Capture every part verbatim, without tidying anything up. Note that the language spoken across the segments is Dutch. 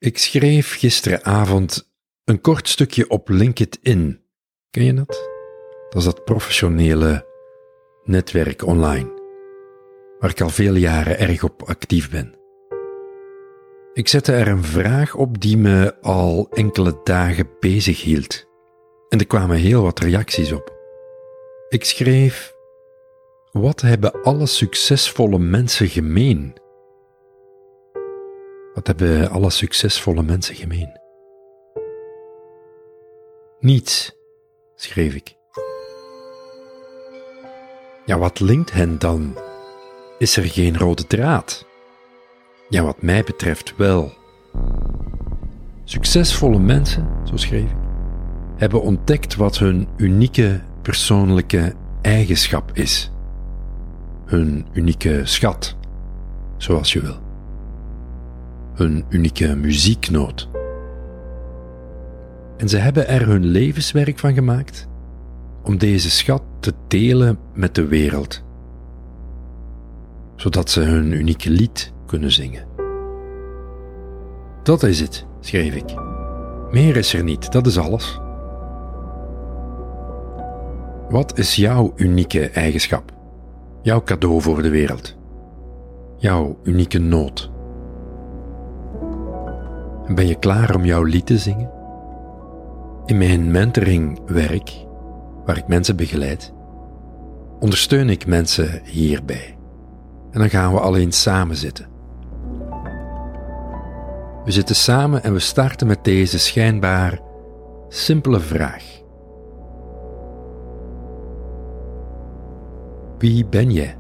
Ik schreef gisteravond een kort stukje op LinkedIn. Ken je dat? Dat is dat professionele netwerk online, waar ik al veel jaren erg op actief ben. Ik zette er een vraag op die me al enkele dagen bezig hield. En er kwamen heel wat reacties op. Ik schreef: wat hebben alle succesvolle mensen gemeen? Wat hebben alle succesvolle mensen gemeen? Niets, schreef ik. Ja, wat linkt hen dan? Is er geen rode draad? Ja, wat mij betreft wel. Succesvolle mensen, zo schreef ik, hebben ontdekt wat hun unieke persoonlijke eigenschap is. Hun unieke schat, zoals je wil. Hun unieke muzieknoot. En ze hebben er hun levenswerk van gemaakt om deze schat te delen met de wereld, zodat ze hun unieke lied kunnen zingen. Dat is het, schreef ik. Meer is er niet, dat is alles. Wat is jouw unieke eigenschap? Jouw cadeau voor de wereld? Jouw unieke noot? En ben je klaar om jouw lied te zingen? In mijn mentoringwerk, waar ik mensen begeleid, ondersteun ik mensen hierbij. En dan gaan we alleen samen zitten. We zitten samen en we starten met deze schijnbaar simpele vraag. Wie ben jij?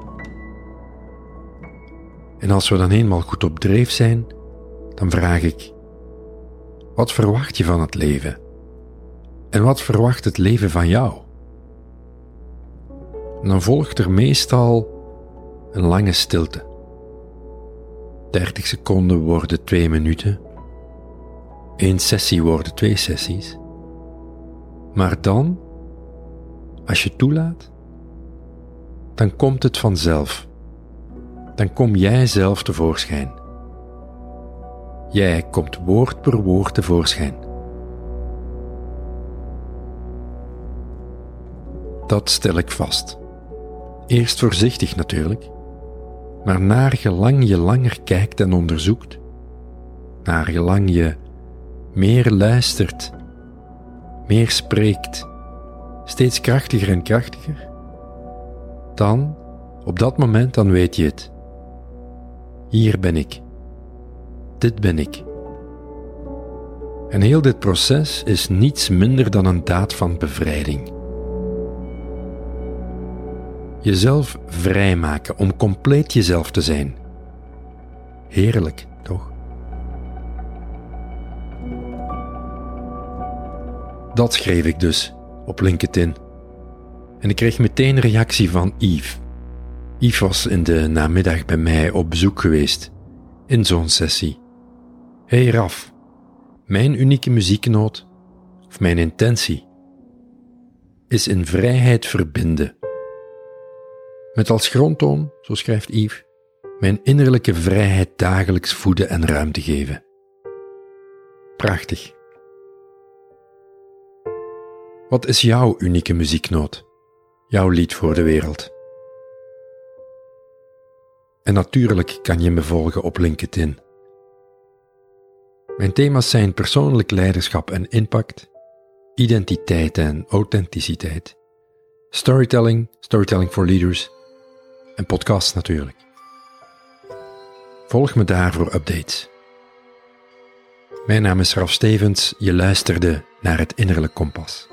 En als we dan eenmaal goed op dreef zijn, dan vraag ik: wat verwacht je van het leven? En wat verwacht het leven van jou? En dan volgt er meestal een lange stilte. dertig seconden worden twee minuten. Eén sessie worden twee sessies. Maar dan, als je toelaat, dan komt het vanzelf. Dan kom jij zelf tevoorschijn. Jij komt woord per woord tevoorschijn. Dat stel ik vast. Eerst voorzichtig natuurlijk, maar naar gelang je langer kijkt en onderzoekt, naar gelang je meer luistert, meer spreekt, steeds krachtiger en krachtiger, dan, op dat moment, dan weet je het. Hier ben ik. Dit ben ik. En heel dit proces is niets minder dan een daad van bevrijding. Jezelf vrijmaken om compleet jezelf te zijn. Heerlijk, toch? Dat schreef ik dus op LinkedIn. En ik kreeg meteen reactie van Yves. Yves was in de namiddag bij mij op bezoek geweest, in zo'n sessie. Hey Raf, mijn unieke muzieknoot, of mijn intentie, is in vrijheid verbinden. Met als grondtoon, zo schrijft Yves, mijn innerlijke vrijheid dagelijks voeden en ruimte geven. Prachtig. Wat is jouw unieke muzieknoot? Jouw lied voor de wereld? En natuurlijk kan je me volgen op LinkedIn. Mijn thema's zijn persoonlijk leiderschap en impact, identiteit en authenticiteit, storytelling, storytelling for leaders en podcasts natuurlijk. Volg me daar voor updates. Mijn naam is Raf Stevens, je luisterde naar het Innerlijk Kompas.